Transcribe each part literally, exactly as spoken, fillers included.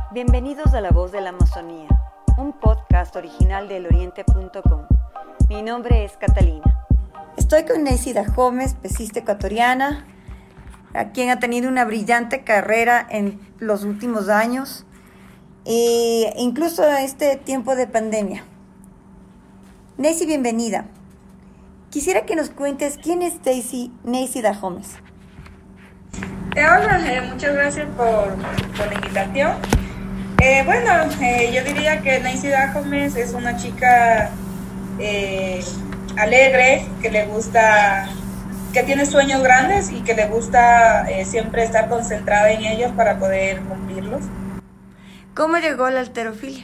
Bienvenidos a La Voz de la Amazonía, un podcast original de eloriente punto com. Mi nombre es Catalina. Estoy con Neisy Dajomes, pesista ecuatoriana, a quien ha tenido una brillante carrera en los últimos años, e incluso en este tiempo de pandemia. Neisy, bienvenida. Quisiera que nos cuentes quién es Neisy, Neisy Dajomes. Eh, hola, eh, muchas gracias por, por la invitación. Eh, bueno, eh, yo diría que Neisy Dajomes es una chica eh, alegre, que le gusta, que tiene sueños grandes y que le gusta eh, siempre estar concentrada en ellos para poder cumplirlos. ¿Cómo llegó a la halterofilia?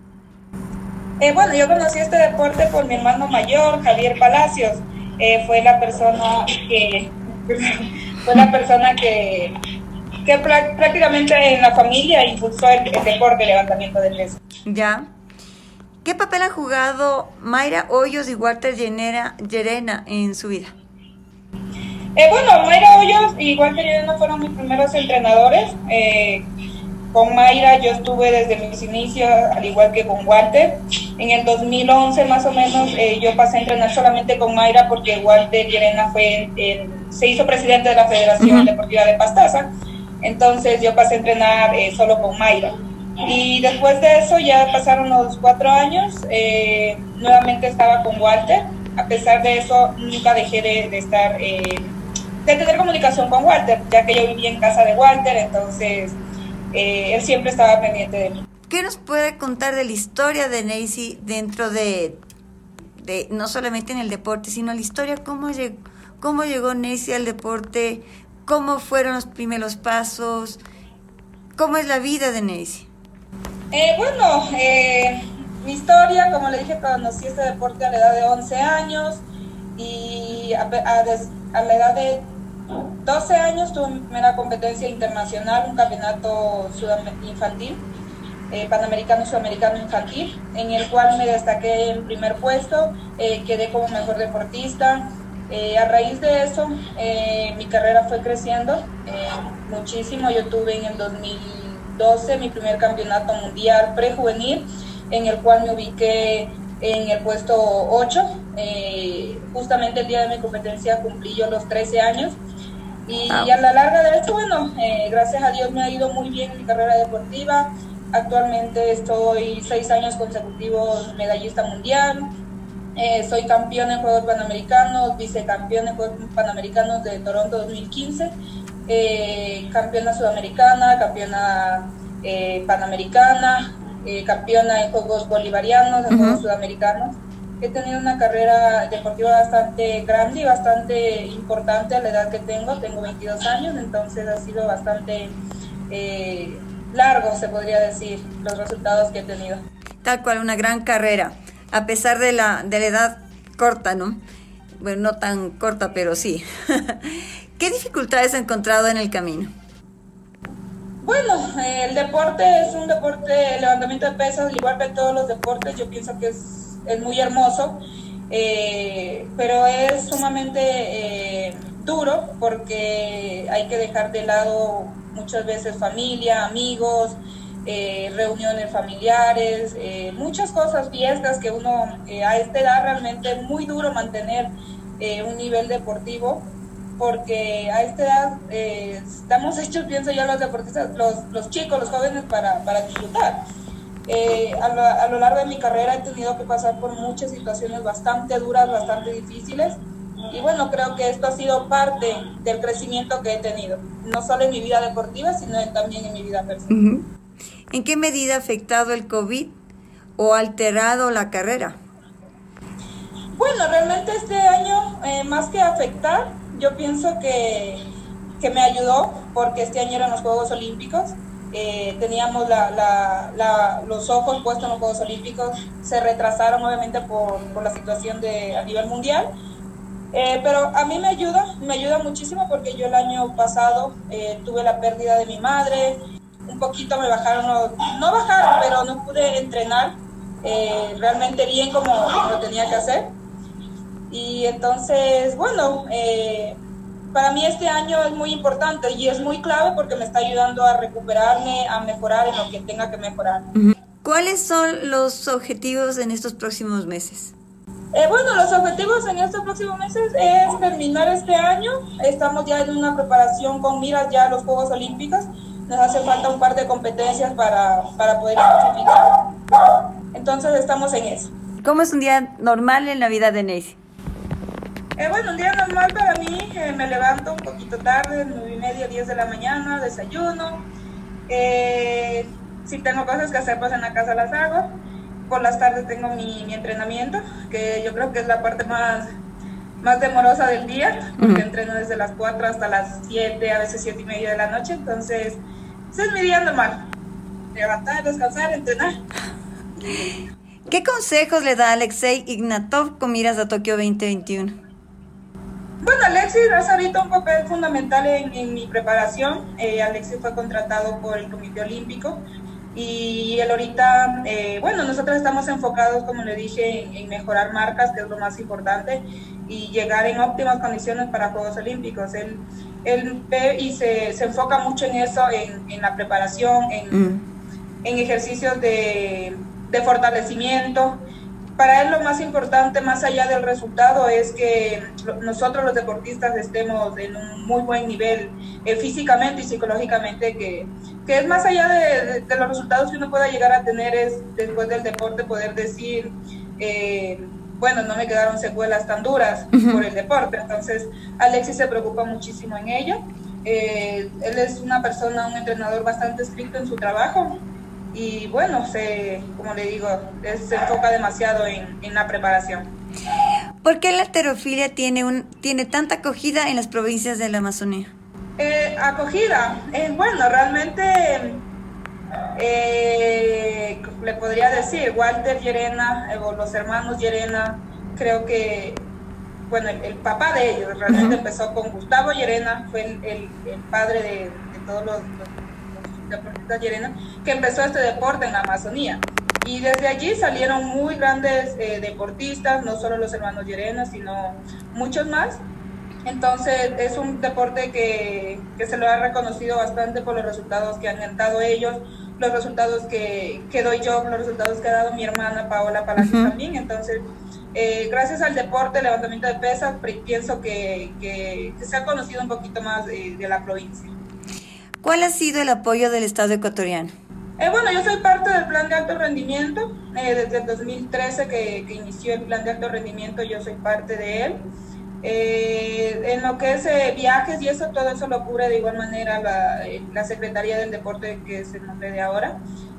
Eh, bueno, yo conocí este deporte por mi hermano mayor, Javier Palacios. Eh, fue la persona que fue la persona que que prácticamente en la familia impulsó el, el deporte de levantamiento de peso. Ya. ¿Qué papel han jugado Mayra Hoyos y Walter Llerena, Llerena en su vida? Eh, bueno, Mayra Hoyos y Walter Llerena fueron mis primeros entrenadores. Eh, con Mayra yo estuve desde mis inicios, al igual que con Walter. En el dos mil once más o menos eh, yo pasé a entrenar solamente con Mayra porque Walter Llerena fue el, el, se hizo presidente de la Federación uh-huh. Deportiva de Pastaza. Entonces yo pasé a entrenar eh, solo con Mayra. Y después de eso ya pasaron los cuatro años, eh, nuevamente estaba con Walter. A pesar de eso nunca dejé de, de estar, eh, de tener comunicación con Walter, ya que yo vivía en casa de Walter, entonces eh, él siempre estaba pendiente de mí. ¿Qué nos puede contar de la historia de Neisy dentro de, de no solamente en el deporte, sino la historia, cómo llegó, cómo llegó Neisy al deporte? ¿Cómo fueron los primeros pasos? ¿Cómo es la vida de Neisy? Eh, bueno, eh, mi historia, como le dije, conocí este deporte a la edad de once años y a, a, des, a la edad de doce años tuve mi primera competencia internacional, un campeonato infantil, eh, panamericano sudamericano infantil, en el cual me destaqué en primer puesto, eh, quedé como mejor deportista. Eh, a raíz de eso, eh, mi carrera fue creciendo eh, muchísimo. Yo tuve en el dos mil doce mi primer campeonato mundial prejuvenil, en el cual me ubiqué en el puesto ocho. Eh, justamente el día de mi competencia cumplí yo los trece años. Y, ah. y a la larga de esto, bueno, eh, gracias a Dios me ha ido muy bien en mi carrera deportiva. Actualmente estoy seis años consecutivos medallista mundial. Eh, soy campeona en Juegos Panamericanos, vicecampeona en Juegos Panamericanos de Toronto dos mil quince, eh, campeona sudamericana, campeona eh, panamericana, eh, campeona en Juegos Bolivarianos, en uh-huh. Juegos Sudamericanos. He tenido una carrera deportiva bastante grande y bastante importante a la edad que tengo, tengo veintidós años, entonces ha sido bastante eh, largo, se podría decir, los resultados que he tenido. Tal cual, una gran carrera. A pesar de la, de la edad corta, ¿no? Bueno, no tan corta, pero sí. ¿Qué dificultades has encontrado en el camino? Bueno, el deporte es un deporte, el levantamiento de pesas, igual que todos los deportes, yo pienso que es, es muy hermoso, eh, pero es sumamente eh, duro porque hay que dejar de lado muchas veces familia, amigos, Eh, reuniones familiares, eh, muchas cosas, fiestas que uno eh, a esta edad realmente es muy duro mantener eh, un nivel deportivo porque a esta edad eh, estamos hechos, pienso yo, los deportistas, los, los chicos, los jóvenes para, para disfrutar. Eh, a, lo, a lo largo de mi carrera he tenido que pasar por muchas situaciones bastante duras, bastante difíciles y bueno, creo que esto ha sido parte del crecimiento que he tenido, no solo en mi vida deportiva, sino también en mi vida personal. Uh-huh. ¿En qué medida ha afectado el COVID o alterado la carrera? Bueno, realmente este año, eh, más que afectar, yo pienso que, que me ayudó, porque este año eran los Juegos Olímpicos, eh, teníamos la, la, la, los ojos puestos en los Juegos Olímpicos, se retrasaron obviamente por, por la situación de, a nivel mundial, eh, pero a mí me ayuda, me ayuda muchísimo porque yo el año pasado eh, tuve la pérdida de mi madre. Un poquito me bajaron, no bajaron, pero no pude entrenar eh, realmente bien como lo tenía que hacer. Y entonces, bueno, eh, para mí este año es muy importante y es muy clave porque me está ayudando a recuperarme, a mejorar en lo que tenga que mejorar. ¿Cuáles son los objetivos en estos próximos meses? Eh, bueno, los objetivos en estos próximos meses es terminar este año. Estamos ya en una preparación con miras ya a los Juegos Olímpicos. Nos hace falta un par de competencias para, para poder clasificar. Entonces estamos en eso. ¿Cómo es un día normal en la vida de Neisy? Eh, bueno, un día normal para mí, eh, me levanto un poquito tarde, nueve y media, diez de la mañana, desayuno. Eh, si tengo cosas que hacer, pues en la casa las hago. Por las tardes tengo mi, mi entrenamiento, que yo creo que es la parte más, más demorosa del día, porque uh-huh. entreno desde las cuatro hasta las siete, a veces siete y media de la noche. Entonces, ese es mi día normal. Levantar, descansar, entrenar. ¿Qué consejos le da Alexei Ignatov con miras a Tokio veinte veintiuno? Bueno, Alexis hace ahorita un papel fundamental en, en mi preparación. Eh, Alexis fue contratado por el Comité Olímpico y él ahorita, eh, bueno, nosotros estamos enfocados, como le dije, en, en mejorar marcas, que es lo más importante, y llegar en óptimas condiciones para Juegos Olímpicos. Él, él ve y se, se enfoca mucho en eso, en, en la preparación, en, mm. en ejercicios de, de fortalecimiento. Para él lo más importante, más allá del resultado, es que nosotros los deportistas estemos en un muy buen nivel eh, físicamente y psicológicamente, que, que es más allá de, de, de los resultados que uno pueda llegar a tener, es después del deporte poder decir, eh, bueno, no me quedaron secuelas tan duras uh-huh. por el deporte. Entonces Alexis se preocupa muchísimo en ello. Eh, él es una persona, un entrenador bastante estricto en su trabajo. Y bueno, se, como le digo, es, se enfoca demasiado en, en la preparación. ¿Por qué la halterofilia tiene, un, tiene tanta acogida en las provincias de la Amazonía? Eh, acogida, eh, bueno, realmente eh, le podría decir, Walter Llerena, eh, o los hermanos Llerena, creo que, bueno, el, el papá de ellos realmente uh-huh. empezó con Gustavo Llerena, fue el, el, el padre de, de todos los... los deportistas Llerena, que empezó este deporte en la Amazonía, y desde allí salieron muy grandes eh, deportistas, no solo los hermanos Llerena, sino muchos más. Entonces es un deporte que, que se lo ha reconocido bastante por los resultados que han dado ellos, los resultados que, que doy yo, los resultados que ha dado mi hermana Paola Palacios uh-huh. también. Entonces eh, gracias al deporte, levantamiento de pesas, pienso que, que, que se ha conocido un poquito más de, de la provincia. ¿Cuál ha sido el apoyo del Estado ecuatoriano? Eh, bueno, yo soy parte del plan de alto rendimiento, eh, desde el dos mil trece que, que inició el plan de alto rendimiento, yo soy parte de él. Eh, en lo que es eh, viajes y eso, todo eso lo cubre de igual manera la, eh, la Secretaría del Deporte, que es el nombre de ahora.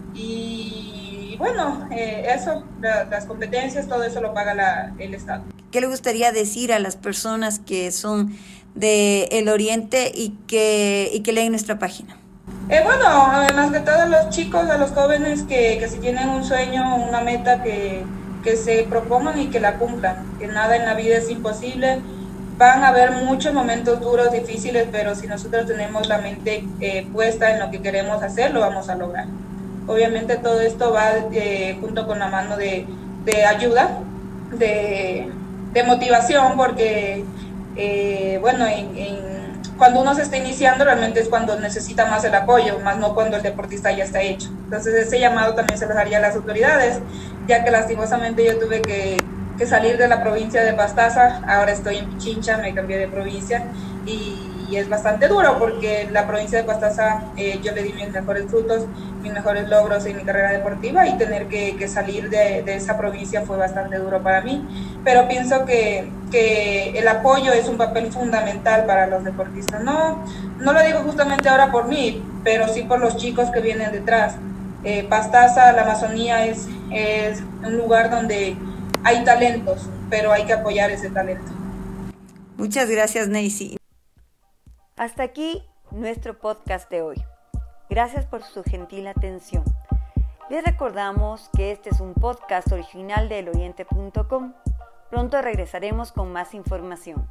Y bueno, eh, eso, la, las competencias, todo eso lo paga la, el Estado. ¿Qué le gustaría decir a las personas que son de el Oriente y que, y que leen nuestra página? Eh, bueno, más que todo a los chicos, a los jóvenes que, que si tienen un sueño, una meta, que, que se propongan y que la cumplan, que nada en la vida es imposible. Van a haber muchos momentos duros, difíciles, pero si nosotros tenemos la mente eh, puesta en lo que queremos hacer, lo vamos a lograr. Obviamente todo esto va eh, junto con la mano de, de ayuda, de, de motivación, porque Eh, bueno, en, en, cuando uno se está iniciando realmente es cuando necesita más el apoyo, más no cuando el deportista ya está hecho. Entonces ese llamado también se los haría a las autoridades, ya que lastimosamente yo tuve que, que salir de la provincia de Pastaza, ahora estoy en Pichincha, me cambié de provincia y, y es bastante duro porque la provincia de Pastaza eh, yo le di mis mejores frutos, mis mejores logros en mi carrera deportiva, y tener que, que salir de, de esa provincia fue bastante duro para mí, pero pienso que, que el apoyo es un papel fundamental para los deportistas. No, no lo digo justamente ahora por mí, pero sí por los chicos que vienen detrás. Eh, Pastaza, la Amazonía es, es un lugar donde hay talentos, pero hay que apoyar ese talento. Muchas gracias, Neisy. Hasta aquí nuestro podcast de hoy. Gracias por su gentil atención. Les recordamos que este es un podcast original de el oriente punto com. Pronto regresaremos con más información.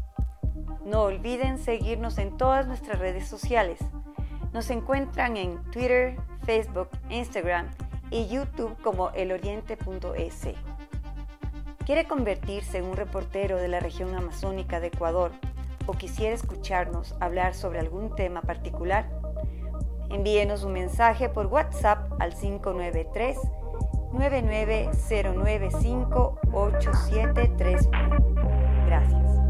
No olviden seguirnos en todas nuestras redes sociales. Nos encuentran en Twitter, Facebook, Instagram y YouTube como el oriente punto es. ¿Quiere convertirse en un reportero de la región amazónica de Ecuador o quisiera escucharnos hablar sobre algún tema particular, envíenos un mensaje por WhatsApp al cinco nueve tres, nueve nueve cero nueve cinco, ocho siete tres uno. Gracias.